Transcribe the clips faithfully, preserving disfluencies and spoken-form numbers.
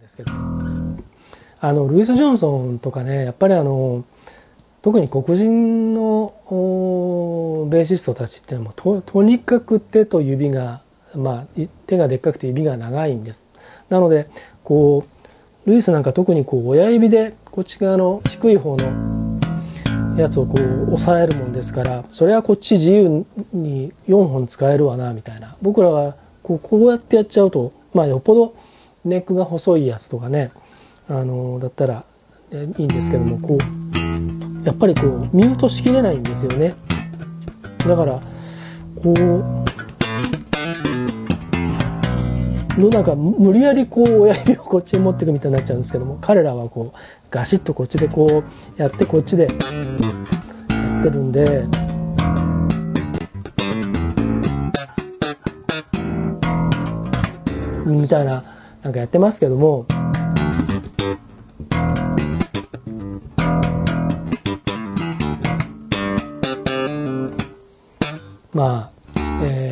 ですけど、あのルイス・ジョンソンとかね、やっぱりあの特に黒人のベーシストたちっていうのも と, とにかく手と指が、まあ、手がでっかくて指が長いんです。なのでこうルイスなんか特にこう親指でこっち側の低い方のやつをこう押さえるもんですから、それはこっち自由によんほん使えるわなみたいな。僕らはこうこうやってやっちゃうと、まあよっぽどネックが細いやつとかね、あのだったらいいんですけども、こうやっぱりこうミュートしきれないんですよね。だからこうなんか無理やりこう親指をこっちに持っていくみたいになっちゃうんですけども、彼らはこうガシッとこっちでこうやってこっちでやってるんで、みたいななんかやってますけども、まあ、え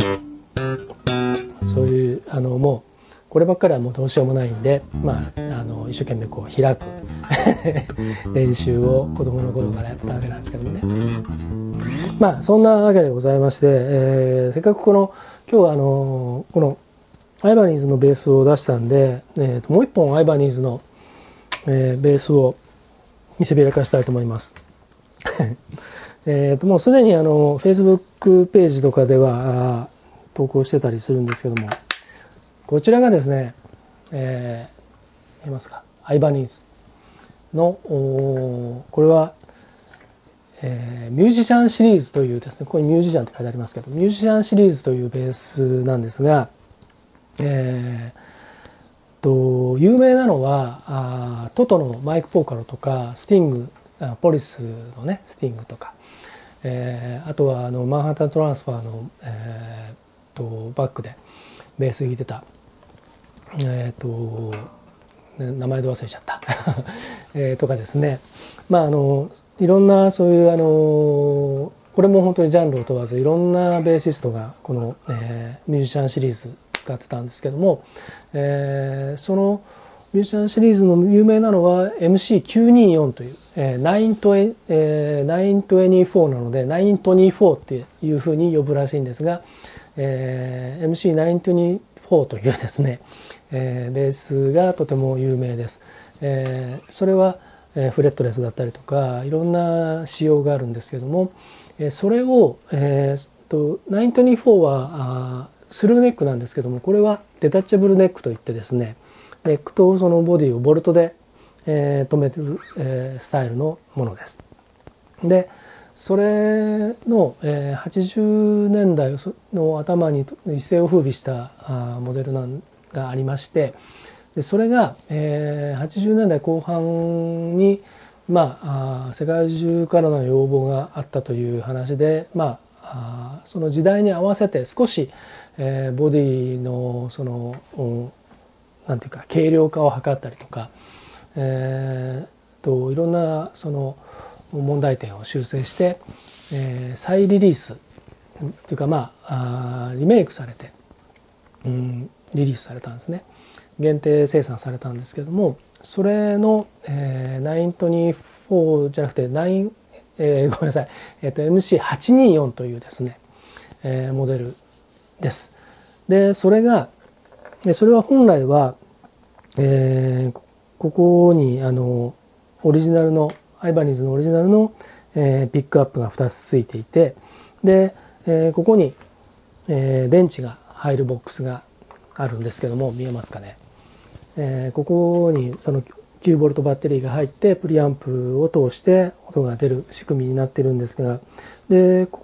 ー、そういうあのもうこればっかりはもうどうしようもないんで、まあ、あの一生懸命こう開く練習を子供の頃からやってたわけなんですけどもね。まあそんなわけでございまして、えー、せっかくこの今日はあのこのアイバニーズのベースを出したんで、えー、ともう一本アイバニーズの、えー、ベースを見せびらかしたいと思います。えーともうすでにあの Facebook ページとかでは投稿してたりするんですけども、こちらがですね、えー、見えますか、アイバニーズのこれは、えー、ミュージシャンシリーズというですね、ここにミュージシャンって書いてありますけど、ミュージシャンシリーズというベースなんですが、えー、と有名なのはあトトのマイク・ポーカロとかスティング、ポリスのねスティングとか、えー、あとはあのマンハッタントランスファーの、えー、とバックでベース弾いてた、えー、と名前で忘れちゃったえとかですね、まああのいろんなそういうあのこれも本当にジャンルを問わずいろんなベーシストがこの、えー、ミュージシャンシリーズ使ってたんですけども、えー、そのミュージシャンシリーズの有名なのは エムシーきゅうにーよん という、えー、ナイントゥエンティフォーなのでナイントゥエンティフォーっていうふうに呼ぶらしいんですが、えー、エムシーナイントゥエンティフォー というですね、えー、ベースがとても有名です。えー、それは、えー、フレットレスだったりとかいろんな仕様があるんですけども、えー、それを、えー、とナイントゥエンティフォーはあスルーネックなんですけども、これはデタッチャブルネックといってですね、ネックとそのボディをボルトで、えー、止めてる、えー、スタイルのものです。でそれの、えー、はちじゅうねんだいの頭に一世を風靡したあモデルなんがありまして、でそれが、えー、はちじゅうねんだいこう半に、まあ、あ世界中からの要望があったという話で、まあ、あその時代に合わせて少し、えー、ボディのその、うん、なんていうか軽量化を図ったりとか、えー、といろんなその問題点を修正して、えー、再リリースというか、まあ、あリメイクされて、うん、リリースされたんですね。限定生産されたんですけども、それの、えー、ナイントゥエンティフォーじゃなくて9、えー、ごめんなさい、えー、と エムシーはちにーよん というですね、えー、モデルです。でそれがそれは本来は、えー、ここにあのオリジナルのアイバニーズのオリジナルの、えー、ピックアップがふたつついていて、で、えー、ここに、えー、電池が入るボックスがあるんですけども、見えますかね、えー、ここにそのきゅうボルトバッテリーが入ってプリアンプを通して音が出る仕組みになっているんですが、でこ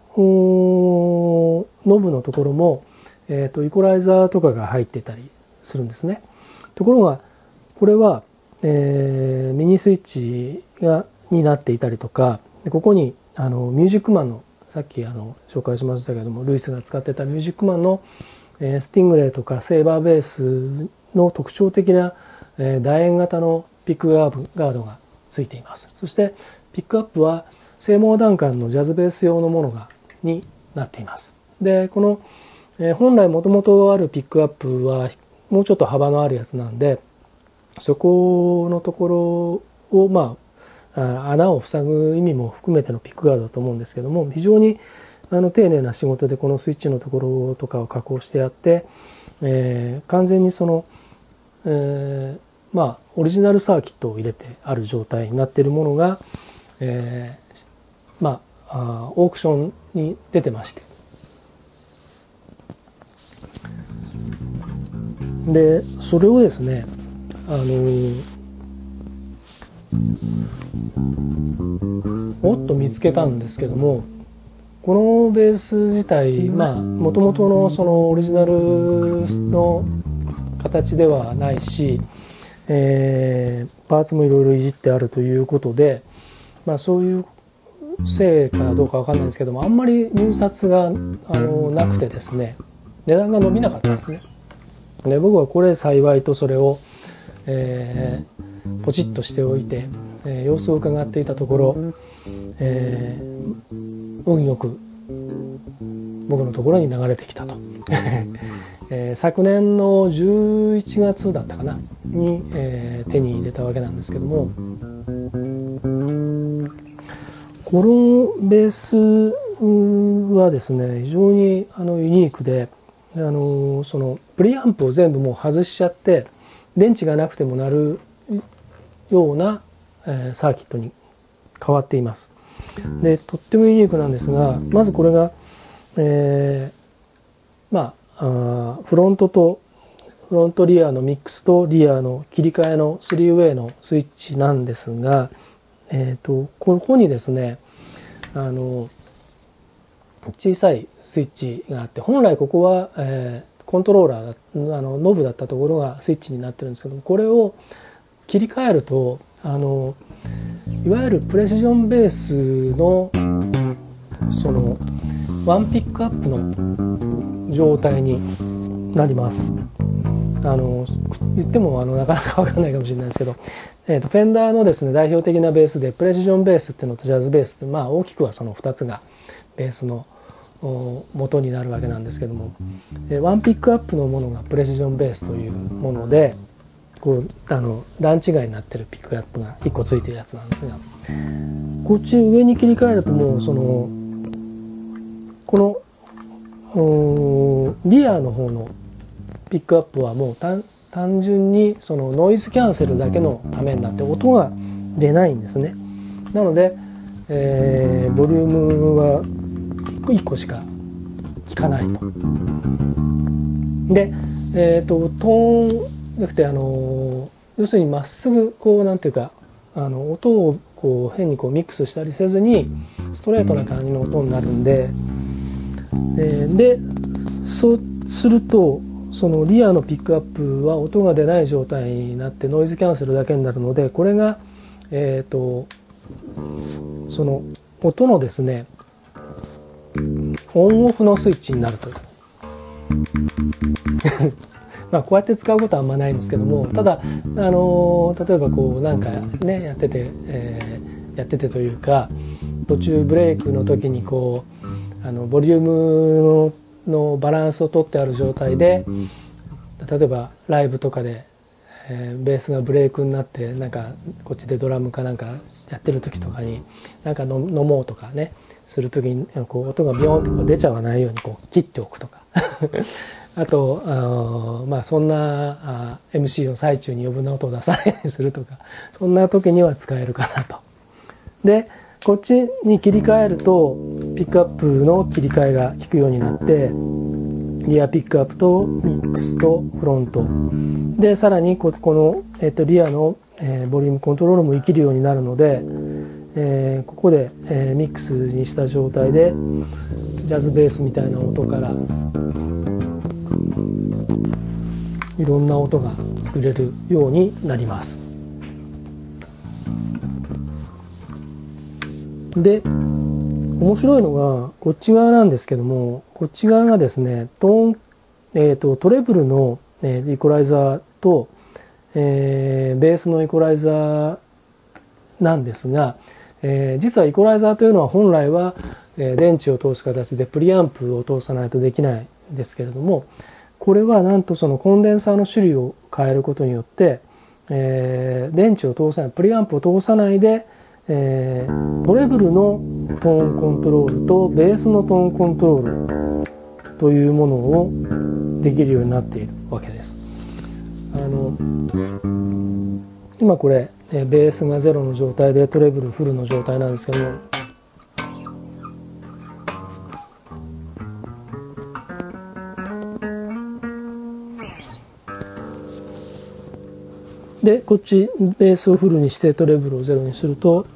このノブのところも、えー、とイコライザーとかが入ってたりするんですね。ところがこれは、えー、ミニスイッチがになっていたりとか、ここにあのミュージックマンのさっきあの紹介しましたけども、ルイスが使ってたミュージックマンの、えー、スティングレイとかセイバーベースの特徴的な、えー、楕円型のピックガードがついています。そしてピックアップはセイモア・ダンカンのジャズベース用のものがになっています。でこの、えー、本来もともとあるピックアップはもうちょっと幅のあるやつなんで、 そこのところをまあ穴を塞ぐ意味も含めてのピックガードだと思うんですけども、非常にあの丁寧な仕事でこのスイッチのところとかを加工してやって、えー、完全にその、えー、まあオリジナルサーキットを入れてある状態になっているものが、えー、まあオークションに出てまして、でそれをですね、あのおっと見つけたんですけども、このベース自体、まあもともとのそのオリジナルの形ではないし、えー、パーツもいろいろいじってあるということで、まあそういうせいかどうかわかんないですけども、あんまり入札があのなくてですね、値段が伸びなかったんですね。で僕はこれ幸いとそれを、えー、ポチッとしておいて、えー、様子を伺っていたところ、えー、運よく僕のところに流れてきたと、えー、昨年のじゅういちがつだったかなに、えー、手に入れたわけなんですけども、このベースはですね、非常にあのユニークで、あのそのプリアンプを全部もう外しちゃって電池がなくても鳴るような、えー、サーキットに変わっています。でとってもユニークなんですが、まずこれが、えー、まあ、あフロントとフロントリアのミックスとリアの切り替えのスリーウェイのスイッチなんですが、えーと、ここにですね、あの小さいスイッチがあって、本来ここは、えー、コントローラーだあのノブだったところがスイッチになってるんですけども、これを切り替えると、あのいわゆるプレシジョンベースのそのワンピックアップの状態になります。あの言ってもあのなかなか分かんないかもしれないですけど、えーと、フェンダーのですね代表的なベースでプレシジョンベースっていうのとジャズベースって、まあ大きくはそのふたつがベースの元になるわけなんですけども、ワンピックアップのものがプレシジョンベースというもので、こうあの段違いになってるピックアップがいっこついてるやつなんですが、こっち上に切り替えるともうそのこのリアの方のピックアップはもう単単純にそのノイズキャンセルだけのためになって音が出ないんですね。なので、えー、ボリュームはいっこしか効かないと。で、えーと、トーンじゃなくて、あの要するにまっすぐこうなんていうか、あの音をこう変にこうミックスしたりせずにストレートな感じの音になるんで、えー、でそうするとそのリアのピックアップは音が出ない状態になってノイズキャンセルだけになるので、これがえーとその音のですねオンオフのスイッチになるというまあこうやって使うことはあんまないんですけども、ただ、あのー、例えばこうなんかねやってて、えー、やっててというか途中ブレイクの時にこうあのボリュームのバランスをとってある状態で、例えばライブとかで、えー、ベースがブレイクになってなんかこっちでドラムかなんかやってる時とかになんか飲もうとかねする時にこう音がビヨーンってこう出ちゃわないようにこう切っておくとかあとあまあそんなあ エムシー の最中に余分な音を出さないようにするとか、そんな時には使えるかなと。でこっちに切り替えるとピックアップの切り替えが効くようになって、リアピックアップとミックスとフロントで、さらにここの、えっと、リアの、えー、ボリュームコントロールも生きるようになるので、えー、ここで、えー、ミックスにした状態でジャズベースみたいな音からいろんな音が作れるようになります。で面白いのがこっち側なんですけども、こっち側がですねトーン、えーと、トレブルの、えー、イコライザーと、えー、ベースのイコライザーなんですが、えー、実はイコライザーというのは本来は、えー、電池を通す形でプリアンプを通さないとできないんですけれども、これはなんとそのコンデンサーの種類を変えることによって、 えー、電池を通さない、プリアンプを通さないで、えー、トレブルのトーンコントロールとベースのトーンコントロールというものをできるようになっているわけです。あの今これベースがゼロの状態でトレブルフルの状態なんですけども、でこっちベースをフルにしてトレブルをゼロにすると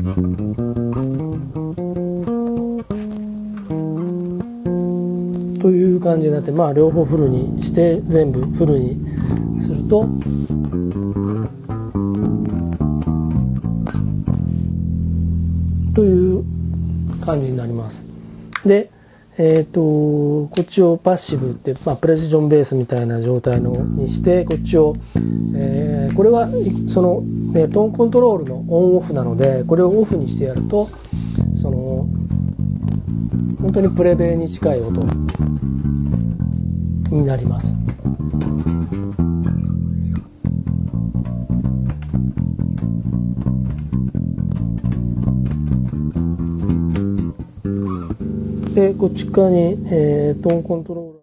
という感じになって、まあ両方フルにして全部フルにするとという感じになります。で、えーと、こっちをパッシブって、まあ、プレシジョンベースみたいな状態のにしてこっちを、えー、これはその、ね、トーンコントロールのオンオフなのでこれをオフにしてやるとその本当にプレベーに近い音になります。でこっち側に、えー、トーンコントロール